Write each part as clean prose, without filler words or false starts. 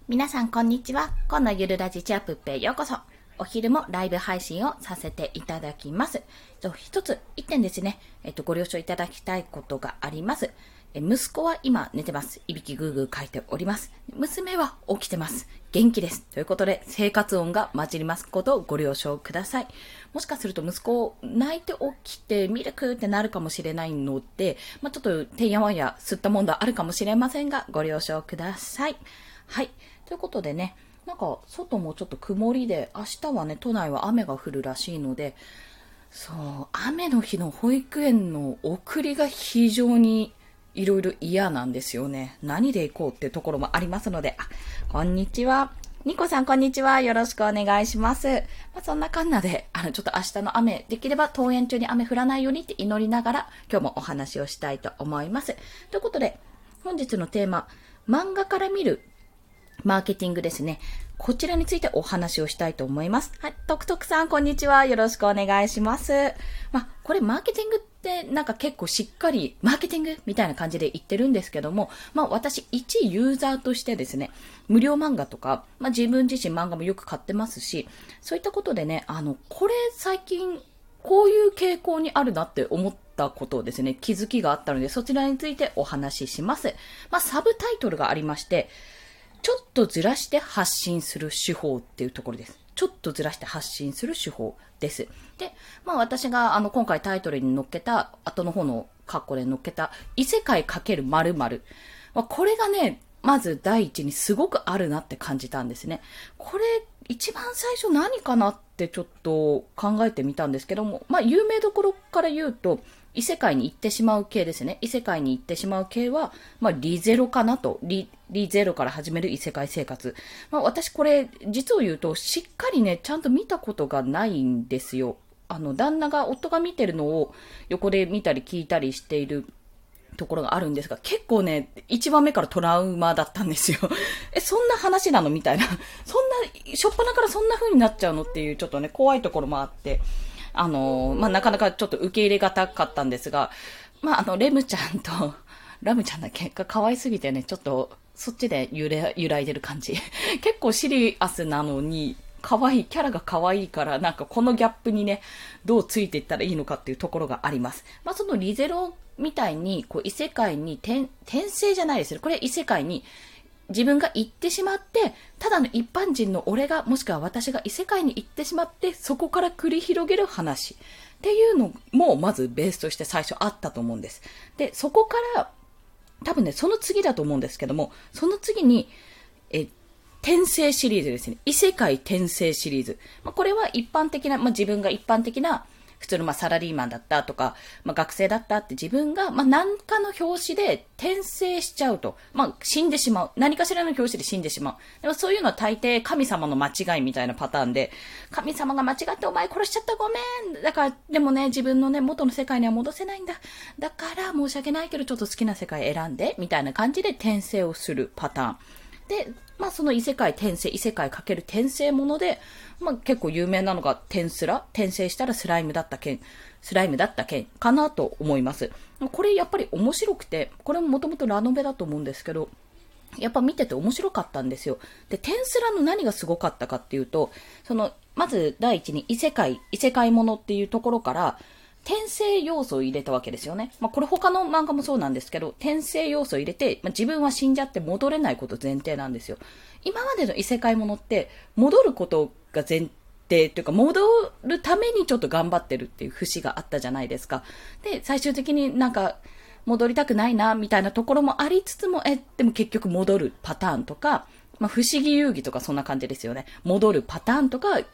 皆さんこんにちは。今のゆるラジチャップへようこそ。お昼もライブ配信をさせていただきます。一点ですね、ご了承いただきたいことがあります。息子は今寝てます。いびきぐーぐー書いております。娘は起きてます。元気です。ということで、生活音が混じりますことをご了承ください。もしかすると息子泣いて起きてミルクってなるかもしれないので、ちょっとてんやわんや吸ったもんだあるかもしれませんが、ご了承ください。はい。ということでね、外もちょっと曇りで、明日はね、都内は雨が降るらしいので、そう、雨の日の保育園の送りが非常にいろいろ嫌なんですよね。何で行こうっていうところもありますので、こんにちは。ニコさんこんにちは。よろしくお願いします。そんなかんなで、ちょっと明日の雨、できれば登園中に雨降らないようにって祈りながら、今日もお話をしたいと思います。ということで、本日のテーマ、漫画から見るマーケティングですね。こちらについてお話をしたいと思います。はい、トクトクさん、こんにちは。よろしくお願いします。これマーケティングって結構しっかりマーケティングみたいな感じで言ってるんですけども、私一ユーザーとしてですね、無料漫画とか、自分自身漫画もよく買ってますし、そういったことでね、これ最近こういう傾向にあるなって思ったことをですね、気づきがあったので、そちらについてお話しします。サブタイトルがありまして、ちょっとずらして発信する手法っていうところです。ちょっとずらして発信する手法です。で、私が今回タイトルに載っけた、後の方のカッコで載っけた、異世界×〇〇。これがね、まず第一にすごくあるなって感じたんですね。これ、一番最初何かなってちょっと考えてみたんですけども、有名どころから言うと、異世界に行ってしまう系ですね。異世界に行ってしまう系は、リゼロかなと。リゼロから始める異世界生活。私これ、実を言うと、しっかりね、ちゃんと見たことがないんですよ。夫が見てるのを横で見たり聞いたりしているところがあるんですが、結構ね、一番目からトラウマだったんですよ。そんな話なのみたいな。そんな、しょっぱなからそんな風になっちゃうのっていう、ちょっとね、怖いところもあって、なかなかちょっと受け入れがたかったんですが、レムちゃんと、ラムちゃんだけが可愛すぎてね、ちょっと、そっちで揺らいでる感じ。結構シリアスなのに、可愛い、キャラが可愛いから、このギャップにね、どうついていったらいいのかっていうところがあります。そのリゼロみたいに、異世界に転生じゃないですね。これ異世界に、自分が行ってしまって、ただの一般人の俺が、もしくは私が異世界に行ってしまって、そこから繰り広げる話っていうのも、まずベースとして最初あったと思うんです。で、そこから、多分ね、その次だと思うんですけども、その次に、転生シリーズですね。異世界転生シリーズ。これは一般的な、自分が一般的な、普通のサラリーマンだったとか、学生だったって自分が、何かの表紙で転生しちゃうと。死んでしまう。何かしらの表紙で死んでしまう。でもそういうのは大抵神様の間違いみたいなパターンで、神様が間違ってお前殺しちゃったごめん。だから、でもね、自分のね、元の世界には戻せないんだ。だから申し訳ないけど、ちょっと好きな世界選んで、みたいな感じで転生をするパターン。で、その異世界転生、異世界かける転生もので、結構有名なのが転生したらスライムだった件かなと思います。これやっぱり面白くて、これももともとラノベだと思うんですけど、やっぱ見てて面白かったんですよ。で、転スラの何がすごかったかっていうと、まず第一に異世界ものっていうところから、転生要素を入れたわけですよね。これ他の漫画もそうなんですけど、転生要素を入れて、自分は死んじゃって戻れないこと前提なんですよ。今までの異世界ものって、戻ることが前提というか、戻るためにちょっと頑張ってるっていう節があったじゃないですか。で、最終的に戻りたくないな、みたいなところもありつつも、でも結局戻るパターンとか、不思議遊戯とかそんな感じですよね。戻るパターンとか、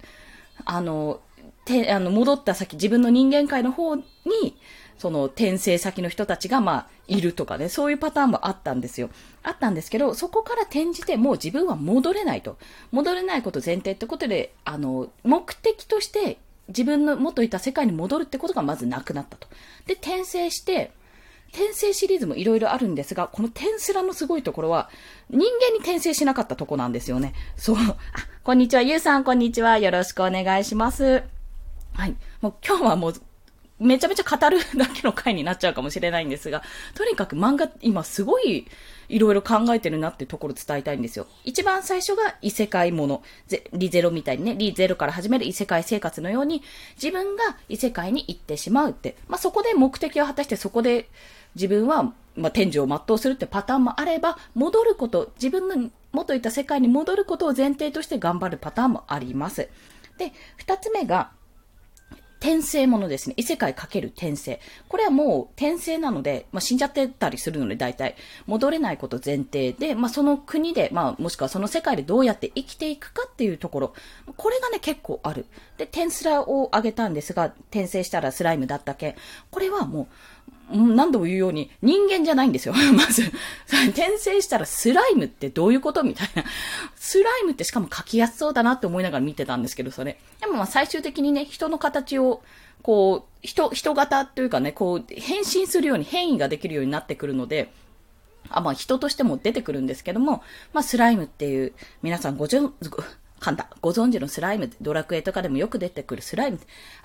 戻った先、自分の人間界の方に、その転生先の人たちがいるとかね、そういうパターンもあったんですよ。あったんですけど、そこから転じてもう自分は戻れないと。戻れないこと前提ってことで、目的として自分の元いた世界に戻るってことがまずなくなったと。で、転生して、転生シリーズもいろいろあるんですが、この転スラのすごいところは、人間に転生しなかったとこなんですよね。そう。こんにちは、ゆうさん、こんにちは。よろしくお願いします。はい。もう今日はもう、 めちゃめちゃ語るだけの回になっちゃうかもしれないんですが、とにかく漫画今すごいいろいろ考えてるなっていうところを伝えたいんですよ。一番最初が異世界もの。リゼロみたいにね、リゼロから始める異世界生活のように、自分が異世界に行ってしまうって。そこで目的を果たしてそこで自分は、天寿を全うするってパターンもあれば、戻ること、自分の元いた世界に戻ることを前提として頑張るパターンもあります。で、二つ目が、転生ものですね。異世界かける転生。これはもう転生なので、死んじゃってたりするので大体戻れないこと前提で、その国で、もしくはその世界でどうやって生きていくかっていうところ。これがね、結構ある。で、転スラをあげたんですが、転生したらスライムだったけ。これはもう、何度も言うように人間じゃないんですよ。まず、転生したらスライムってどういうことみたいな。スライムってしかも描きやすそうだなって思いながら見てたんですけど、それ。でも最終的にね、人の形を、人型というかね、変身するように変異ができるようになってくるので、人としても出てくるんですけども、スライムっていう、皆さんご存知のスライムって、ドラクエとかでもよく出てくるスライムって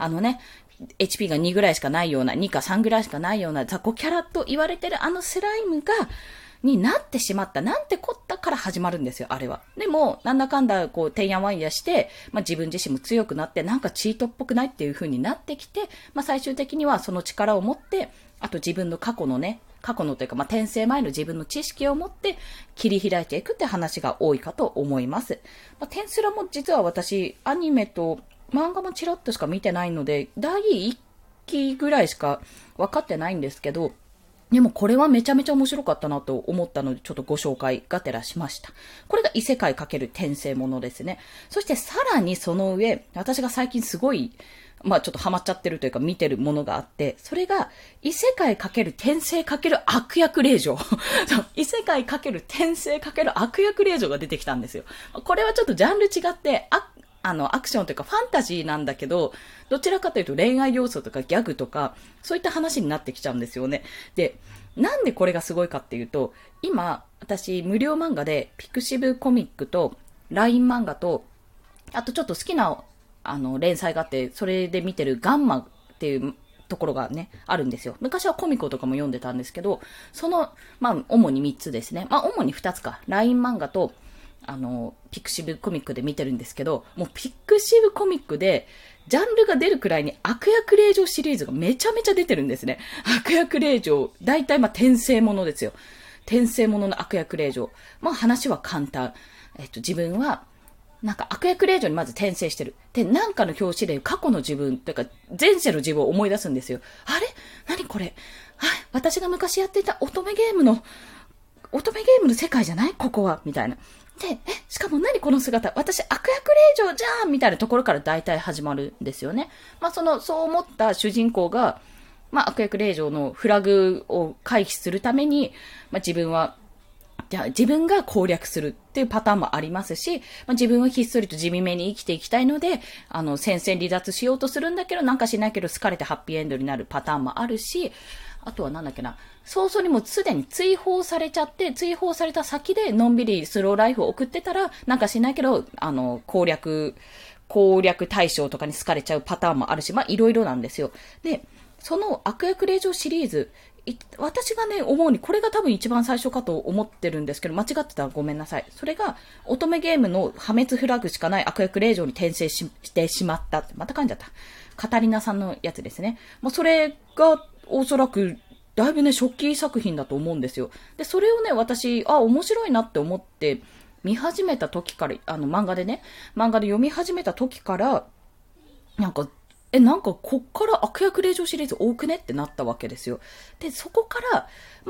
、HP が2ぐらいしかないような、2か3ぐらいしかないような雑魚キャラと言われてるスライムになってしまった、なんてこったから始まるんですよ、あれは。でも、なんだかんだ、てんやわんやして、自分自身も強くなって、なんかチートっぽくないっていう風になってきて、最終的にはその力を持って、あと自分の過去のというか、転生前の自分の知識を持って切り開いていくって話が多いかと思います。テンスラも実は私、アニメと漫画もチラッとしか見てないので、第1期ぐらいしか分かってないんですけど、でもこれはめちゃめちゃ面白かったなと思ったので、ちょっとご紹介がてらしました。これが異世界かける転生ものですね。そしてさらにその上、私が最近すごい、ちょっとハマっちゃってるというか見てるものがあって、それが異世界かける転生かける悪役令嬢。異世界かける転生かける悪役令嬢が出てきたんですよ。これはちょっとジャンル違って、アクションというかファンタジーなんだけど、どちらかというと恋愛要素とかギャグとか、そういった話になってきちゃうんですよね。で、なんでこれがすごいかっていうと、今、私、無料漫画で、ピクシブコミックと、LINE 漫画と、あとちょっと好きな、連載があって、それで見てるガンマっていうところがね、あるんですよ。昔はコミコとかも読んでたんですけど、その、主に3つですね。主に2つか。LINE 漫画と、ピクシブコミックで見てるんですけど、もうピクシブコミックで、ジャンルが出るくらいに悪役令嬢シリーズがめちゃめちゃ出てるんですね。悪役令嬢、大体転生ものですよ。転生ものの悪役令嬢。話は簡単。自分は、なんか悪役令嬢にまず転生してる。で、なんかの表紙で過去の自分、というか前世の自分を思い出すんですよ。あれ何これ私が昔やっていた乙女ゲームの世界じゃないここはみたいな。で、しかも何この姿私悪役令嬢じゃんみたいなところから大体始まるんですよね。そう思った主人公が、悪役令嬢のフラグを回避するために、自分が攻略するっていうパターンもありますし、自分はひっそりと地味めに生きていきたいので、戦線離脱しようとするんだけど、なんかしないけど好かれてハッピーエンドになるパターンもあるし、あとはなんだっけな、早々にもすでに追放されちゃって、追放された先でのんびりスローライフを送ってたら、なんかしないけど、攻略対象とかに好かれちゃうパターンもあるし、いろいろなんですよ。で、その悪役令嬢シリーズ、私がね、思うに、これが多分一番最初かと思ってるんですけど、間違ってたらごめんなさい。それが、乙女ゲームの破滅フラグしかない悪役令嬢に転生してしまった。また噛んじゃった。カタリナさんのやつですね。それが、おそらく、だいぶね、初期作品だと思うんですよ。で、それをね、私、面白いなって思って、見始めた時から、漫画で読み始めた時から、なんかこっから悪役令嬢シリーズ多くねってなったわけですよ。で、そこから、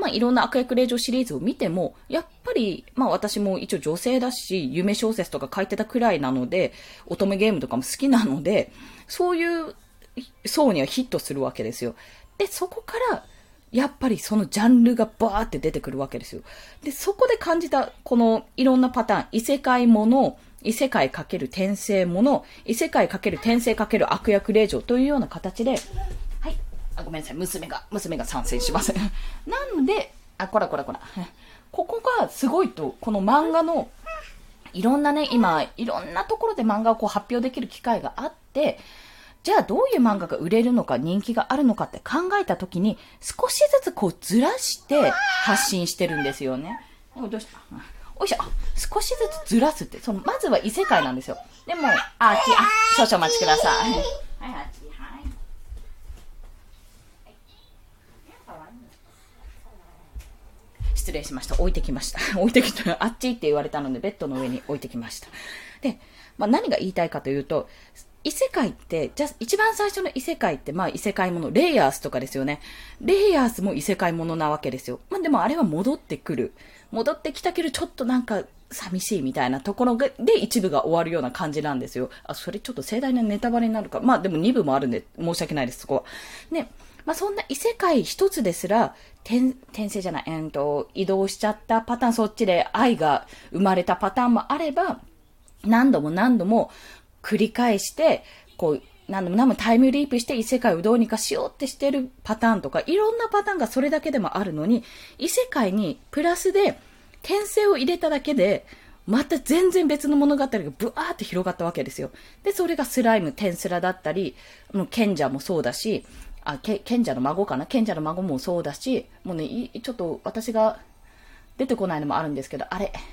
いろんな悪役令嬢シリーズを見ても、やっぱり、私も一応女性だし、夢小説とか書いてたくらいなので、乙女ゲームとかも好きなので、そういう層にはヒットするわけですよ。で、そこから、やっぱりそのジャンルがバーって出てくるわけですよ。で、そこで感じた、このいろんなパターン、異世界もの、異世界かける転生もの、異世界かける転生かける悪役令嬢というような形で、はい。ごめんなさい。娘が参戦します。なので、こら。ここがすごいと、この漫画の、いろんなね、今、いろんなところで漫画を発表できる機会があって、 じゃあどういう漫画が売れるのか人気があるのかって考えたときに少しずつこうずらして発信してるんですよね。どうした？おいしょ。少しずつずらすって、まずは異世界なんですよ。でも、少々お待ちください。はい、あっち、はい。失礼しました。置いてきました。置いてきた。あっちって言われたので、ベッドの上に置いてきました。で、何が言いたいかというと、異世界って、じゃあ一番最初の異世界って、異世界もの、レイヤースとかですよね。レイヤースも異世界ものなわけですよ。でもあれは戻ってくる。戻ってきたけど、ちょっとなんか、寂しいみたいなところで一部が終わるような感じなんですよ。それちょっと盛大なネタバレになるか。でも2部もあるんで、申し訳ないです、そこは。ね。そんな異世界一つですら、転生じゃない、移動しちゃったパターン、そっちで愛が生まれたパターンもあれば、何度も何度も繰り返して、何度も何度もタイムリープして異世界をどうにかしようってしてるパターンとか、いろんなパターンがそれだけでもあるのに、異世界にプラスで転生を入れただけで、また全然別の物語がブワーって広がったわけですよ。で、それがスライム、テンスラだったり、賢者もそうだし、賢者の孫かな賢者の孫もそうだし、もうね、ちょっと私が出てこないのもあるんですけど、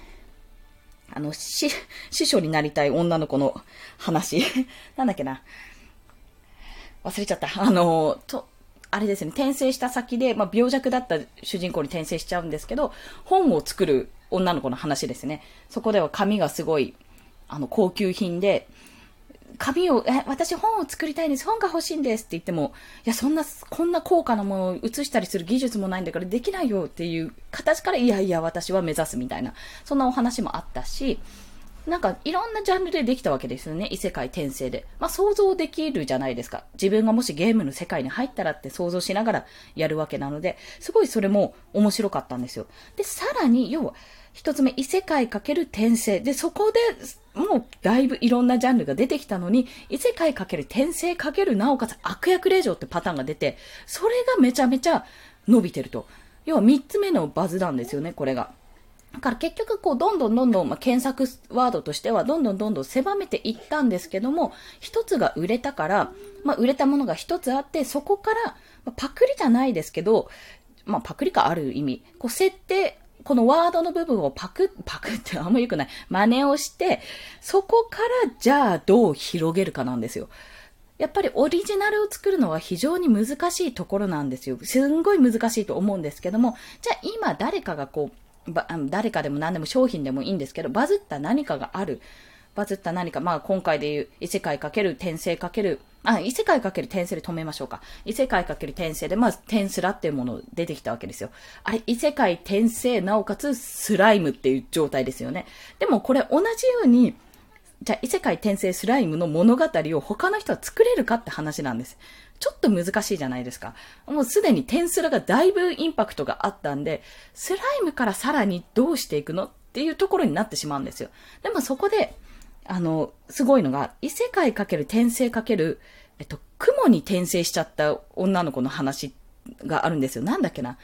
師匠になりたい女の子の話。なんだっけな。忘れちゃった。あれですね、転生した先で、病弱だった主人公に転生しちゃうんですけど、本を作る女の子の話ですね。そこでは紙がすごい、高級品で、私本を作りたいんです。本が欲しいんですって言っても、いや、こんな高価なものを写したりする技術もないんだからできないよっていう形から、いやいや、私は目指すみたいな、そんなお話もあったし、なんかいろんなジャンルでできたわけですよね。異世界転生で。想像できるじゃないですか。自分がもしゲームの世界に入ったらって想像しながらやるわけなので、すごいそれも面白かったんですよ。で、さらに、要は、一つ目、異世界かける転生。で、そこでもうだいぶいろんなジャンルが出てきたのに、異世界かける転生かけるなおかつ悪役令嬢ってパターンが出て、それがめちゃめちゃ伸びてると。要は三つ目のバズなんですよね、これが。だから結局どんどん、検索ワードとしてはどんどん狭めていったんですけども、一つが売れたから、売れたものが一つあって、そこから、パクリじゃないですけど、パクリかある意味、設定、このワードの部分をパクってあんま良くない。真似をして、そこからじゃあどう広げるかなんですよ。やっぱりオリジナルを作るのは非常に難しいところなんですよ。すんごい難しいと思うんですけども、じゃあ今誰かが誰かでも何でも商品でもいいんですけど、バズった何かがある。バズった何か、今回で言う異世界かける転生かける、異世界かける転生で止めましょうか。異世界かける転生で、転スラっていうもの出てきたわけですよ。あれ、異世界転生、なおかつスライムっていう状態ですよね。でもこれ同じように、じゃあ異世界転生スライムの物語を他の人は作れるかって話なんです。ちょっと難しいじゃないですか。もうすでに転スラがだいぶインパクトがあったんで、スライムからさらにどうしていくのっていうところになってしまうんですよ。でもそこで、すごいのが、異世界かける転生かける、雲に転生しちゃった女の子の話があるんですよ。なんだっけな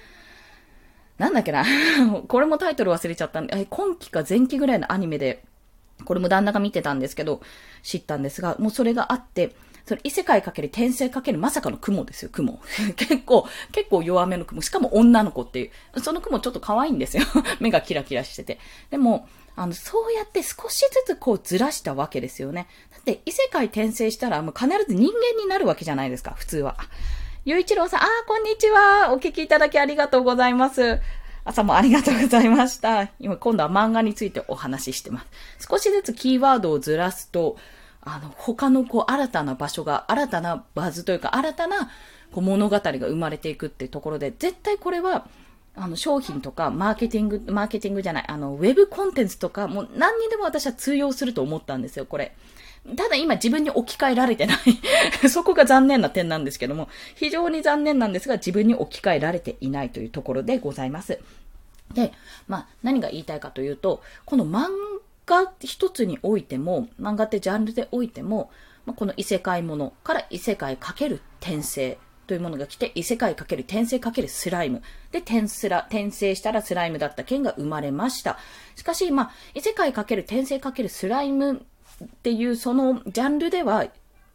これもタイトル忘れちゃったんで、今期か前期ぐらいのアニメで、これも旦那が見てたんですけど、知ったんですが、もうそれがあって、それ異世界かける転生かけるまさかの雲ですよ、雲。結構弱めの雲。しかも女の子っていう。その雲ちょっと可愛いんですよ。目がキラキラしてて。でも、そうやって少しずつずらしたわけですよね。だって異世界転生したらもう必ず人間になるわけじゃないですか、普通は。ゆういちろうさん、こんにちは。お聞きいただきありがとうございます。朝もありがとうございました。今度は漫画についてお話ししてます。少しずつキーワードをずらすと、他の新たな場所が、新たなバズというか、新たな物語が生まれていくっていうところで、絶対これは、商品とか、マーケティングじゃない、ウェブコンテンツとか、もう何にでも私は通用すると思ったんですよ、これ。ただ今自分に置き換えられてない。そこが残念な点なんですけども、非常に残念なんですが、自分に置き換えられていないというところでございます。で、何が言いたいかというと、この漫画一つにおいても、漫画ってジャンルでおいても、この異世界ものから異世界かける転生というものが来て、異世界かける転生かけるスライム。で、転生したらスライムだった件が生まれました。しかし、異世界かける転生かけるスライムっていうそのジャンルでは、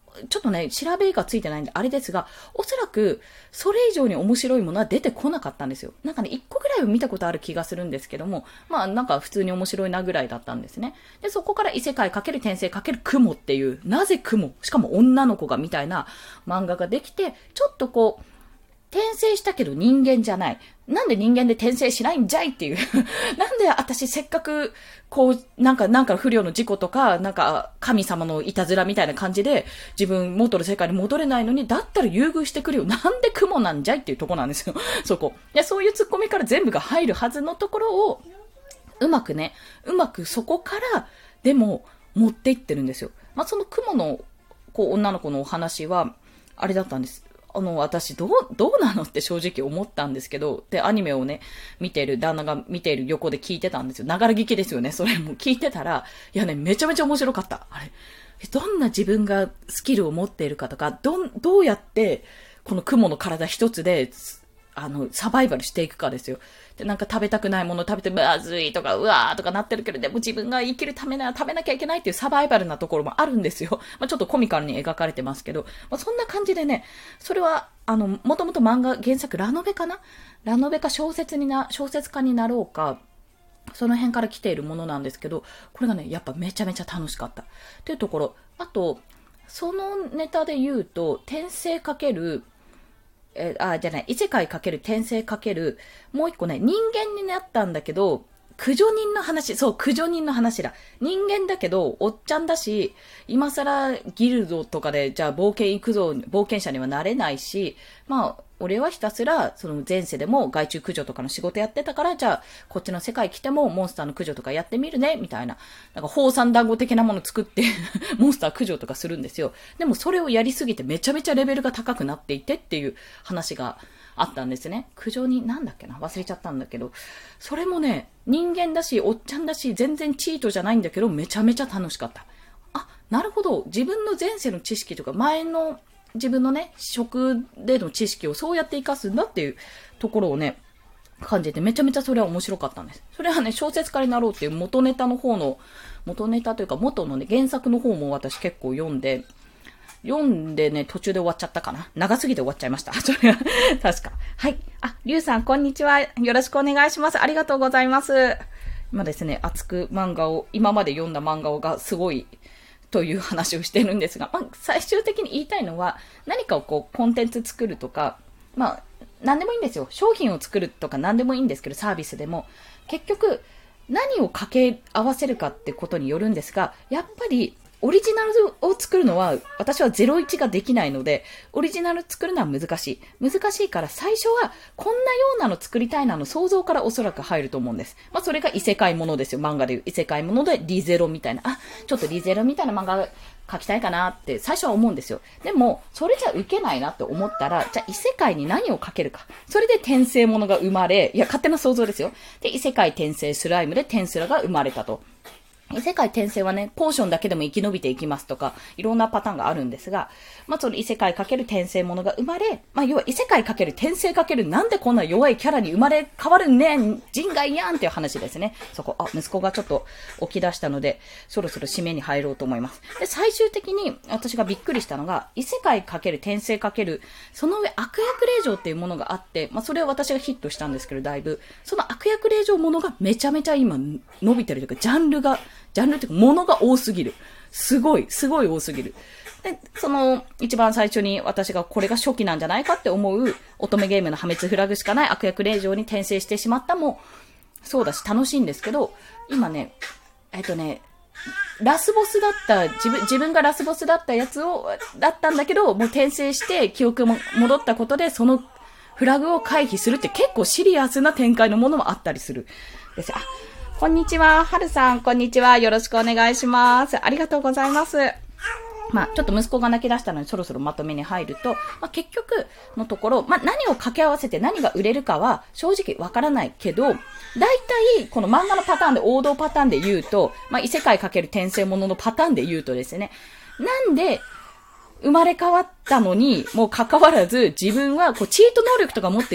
ちょっとね、調べがついてないんで、あれですが、おそらく、それ以上に面白いものは出てこなかったんですよ。なんかね、一個ぐらいは見たことある気がするんですけども、まあなんか普通に面白いなぐらいだったんですね。で、そこから異世界×転生×雲っていう、なぜ雲しかも女の子がみたいな漫画ができて、ちょっとこう、転生したけど人間じゃない。なんで人間で転生しないんじゃいっていう。なんで私せっかく、こう、なんか不良の事故とか、なんか神様のいたずらみたいな感じで、自分元の世界に戻れないのに、だったら優遇してくるよ。なんで雲なんじゃいっていうとこなんですよ。そこ。いや、そういうツッコミから全部が入るはずのところを、うまくそこから、でも、持っていってるんですよ。まあ、その雲の、こう、女の子のお話は、あれだったんです。私どうなのって正直思ったんですけど、で、アニメをね、旦那が見ている横で聞いてたんですよ。ながら聞きですよね。それも聞いてたら、いやね、めちゃめちゃ面白かった。あれ、どんな自分がスキルを持っているかとか、どうやって、この雲の体一つで、サバイバルしていくかですよ。で、なんか食べたくないもの食べてまずいとか、うわーとかなってるけど、でも自分が生きるためなら食べなきゃいけないっていうサバイバルなところもあるんですよ。まあ、ちょっとコミカルに描かれてますけど、まあ、そんな感じでね、それは、もともと漫画原作ラノベか小説家になろうか、その辺から来ているものなんですけど、これがね、やっぱめちゃめちゃ楽しかった。というところ、あと、そのネタで言うと、転生かける異世界かける転生かける、もう一個ね、人間になったんだけど、駆除人の話だ。人間だけど、おっちゃんだし、今更ギルドとかで、じゃあ冒険者にはなれないし、まあ、俺はひたすら、その前世でも害虫駆除とかの仕事やってたから、じゃあ、こっちの世界来てもモンスターの駆除とかやってみるね、みたいな。なんか、宝山団子的なもの作ってモンスター駆除とかするんですよ。でも、それをやりすぎてめちゃめちゃレベルが高くなっていてっていう話があったんですね。駆除に、なんだっけな忘れちゃったんだけど。それもね、人間だし、おっちゃんだし、全然チートじゃないんだけど、めちゃめちゃ楽しかった。あ、なるほど。自分の前世の知識とか、前の自分のね、職での知識をそうやって活かすんだっていうところをね、感じてめちゃめちゃそれは面白かったんです。それはね、小説家になろうっていう元ネタというか元のね、原作の方も私結構読んでね、途中で終わっちゃったかな。長すぎて終わっちゃいました。それは、確か。はい。あ、りゅうさん、こんにちは。よろしくお願いします。ありがとうございます。今ですね、今まで読んだ漫画がすごい、という話をしてるんですが、まあ、最終的に言いたいのは、何かをこう、コンテンツ作るとか、まあ、何でもいいんですよ。商品を作るとか何でもいいんですけど、サービスでも。結局、何を掛け合わせるかってことによるんですが、やっぱり、オリジナルを作るのは、私は01ができないので、オリジナル作るのは難しい。難しいから最初は、こんなようなの作りたいなの想像からおそらく入ると思うんです。まあ、それが異世界ものですよ。漫画でいう異世界ものでリゼロみたいな。ちょっとリゼロみたいな漫画描きたいかなって最初は思うんですよ。でも、それじゃ受けないなって思ったら、じゃあ異世界に何を描けるか。それで転生ものが生まれ、いや、勝手な想像ですよ。で、異世界転生スライムで転スラが生まれたと。異世界転生はね、ポーションだけでも生き延びていきますとか、いろんなパターンがあるんですが、まあ、その異世界かける転生ものが生まれ、まあ、要は異世界かける転生かけるなんでこんな弱いキャラに生まれ変わるねん、人外やんっていう話ですね。そこ、息子がちょっと起き出したので、そろそろ締めに入ろうと思います。で、最終的に私がびっくりしたのが、異世界かける転生かける、その上悪役令嬢っていうものがあって、まあ、それは私がヒットしたんですけど、だいぶ、その悪役令嬢ものがめちゃめちゃ今伸びてるというか、ジャンルっていうか、ものが多すぎる。すごい多すぎる。で、一番最初に私がこれが初期なんじゃないかって思う、乙女ゲームの破滅フラグしかない悪役令嬢に転生してしまったも、そうだし楽しいんですけど、今ね、ラスボスだった、自分がラスボスだったやつだったんだけど、もう転生して記憶も戻ったことで、そのフラグを回避するって結構シリアスな展開のものもあったりする。です。こんにちは。はるさん、こんにちは。よろしくお願いします。ありがとうございます。まあ、ちょっと息子が泣き出したのでそろそろまとめに入ると、まあ、結局のところ、まあ、何を掛け合わせて何が売れるかは正直わからないけど、だいたいこの漫画のパターンで、王道パターンで言うと、まあ、異世界かける転生もののパターンで言うとですね、なんで、生まれ変わったのに、もう関わらず、自分はこうチート能力とか持って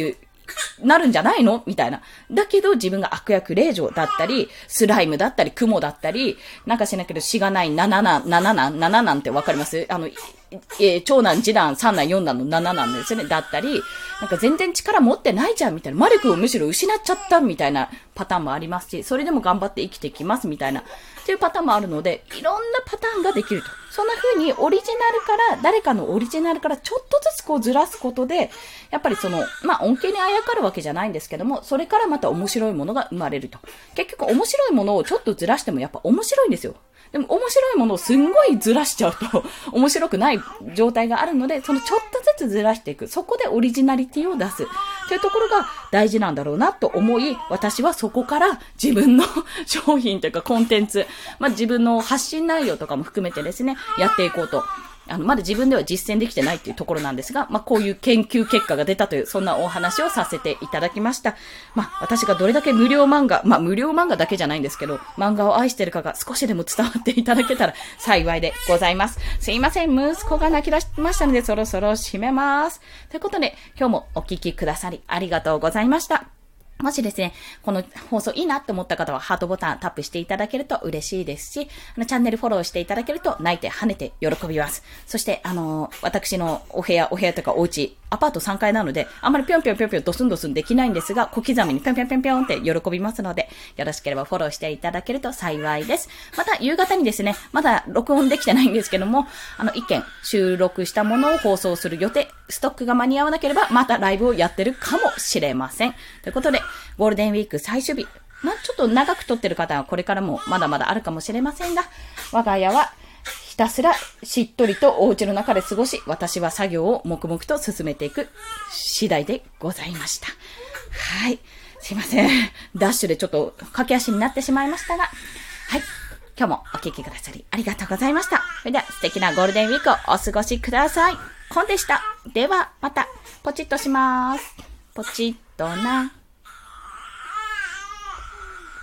なるんじゃないのみたいな。だけど自分が悪役令嬢だったり、スライムだったり、雲だったり、なんかしなけどしがない7男ってわかります？長男、次男、三男、四男の7男ですよね。だったり、なんか全然力持ってないじゃんみたいな。魔力をむしろ失っちゃったみたいなパターンもありますし、それでも頑張って生きてきますみたいな。っていうパターンもあるので、いろんなパターンができると。そんな風にオリジナルから、誰かのオリジナルからちょっとずつこうずらすことで、やっぱり恩恵にあやかるわけじゃないんですけども、それからまた面白いものが生まれると。結局面白いものをちょっとずらしてもやっぱ面白いんですよ。でも面白いものをすんごいずらしちゃうと面白くない状態があるので、そのちょっとずつずらしていく。そこでオリジナリティを出す。というところが大事なんだろうなと思い、私はそこから自分の商品というかコンテンツ、自分の発信内容とかも含めてですね、やっていこうと。まだ自分では実践できてないっていうところなんですが、こういう研究結果が出たという、そんなお話をさせていただきました。私がどれだけ無料漫画だけじゃないんですけど、漫画を愛してるかが少しでも伝わっていただけたら幸いでございます。すいません、息子が泣き出しましたので、そろそろ締めます。ということで、今日もお聞きくださりありがとうございました。もしですね、この放送いいなって思った方はハートボタンタップしていただけると嬉しいですし、チャンネルフォローしていただけると泣いて跳ねて喜びます。そして、私のお部屋とかお家、アパート3階なので、あんまりぴょんぴょんドスンできないんですが、小刻みにぴょんって喜びますので、よろしければフォローしていただけると幸いです。また、夕方にですね、まだ録音できてないんですけども、一件収録したものを放送する予定、ストックが間に合わなければ、またライブをやってるかもしれません。ということで、ゴールデンウィーク最終日、ちょっと長く撮ってる方はこれからもまだまだあるかもしれませんが、我が家はひたすらしっとりとお家の中で過ごし、私は作業を黙々と進めていく次第でございました。はい。すいません。ダッシュでちょっと駆け足になってしまいましたが、はい。今日もお聞きくださりありがとうございました。それでは素敵なゴールデンウィークをお過ごしください。コンでした。ではまた、ポチッとします。ポチッとな。